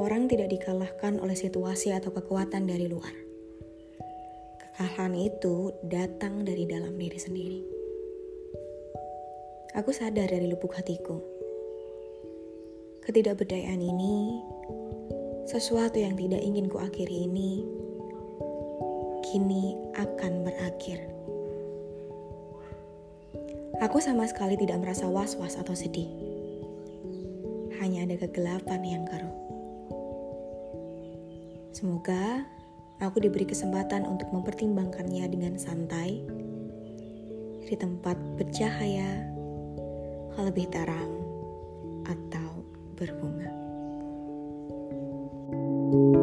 Seseorang tidak dikalahkan oleh situasi atau kekuatan dari luar. Kekalahan itu datang dari dalam diri sendiri. Aku sadar dari lubuk hatiku, ketidakberdayaan ini, sesuatu yang tidak ingin kuakhiri ini, kini akan berakhir. Aku sama sekali tidak merasa was-was atau sedih. Hanya ada kegelapan yang keruh. Semoga aku diberi kesempatan untuk mempertimbangkannya dengan santai, di tempat bercahaya, lebih terang, atau berbunga.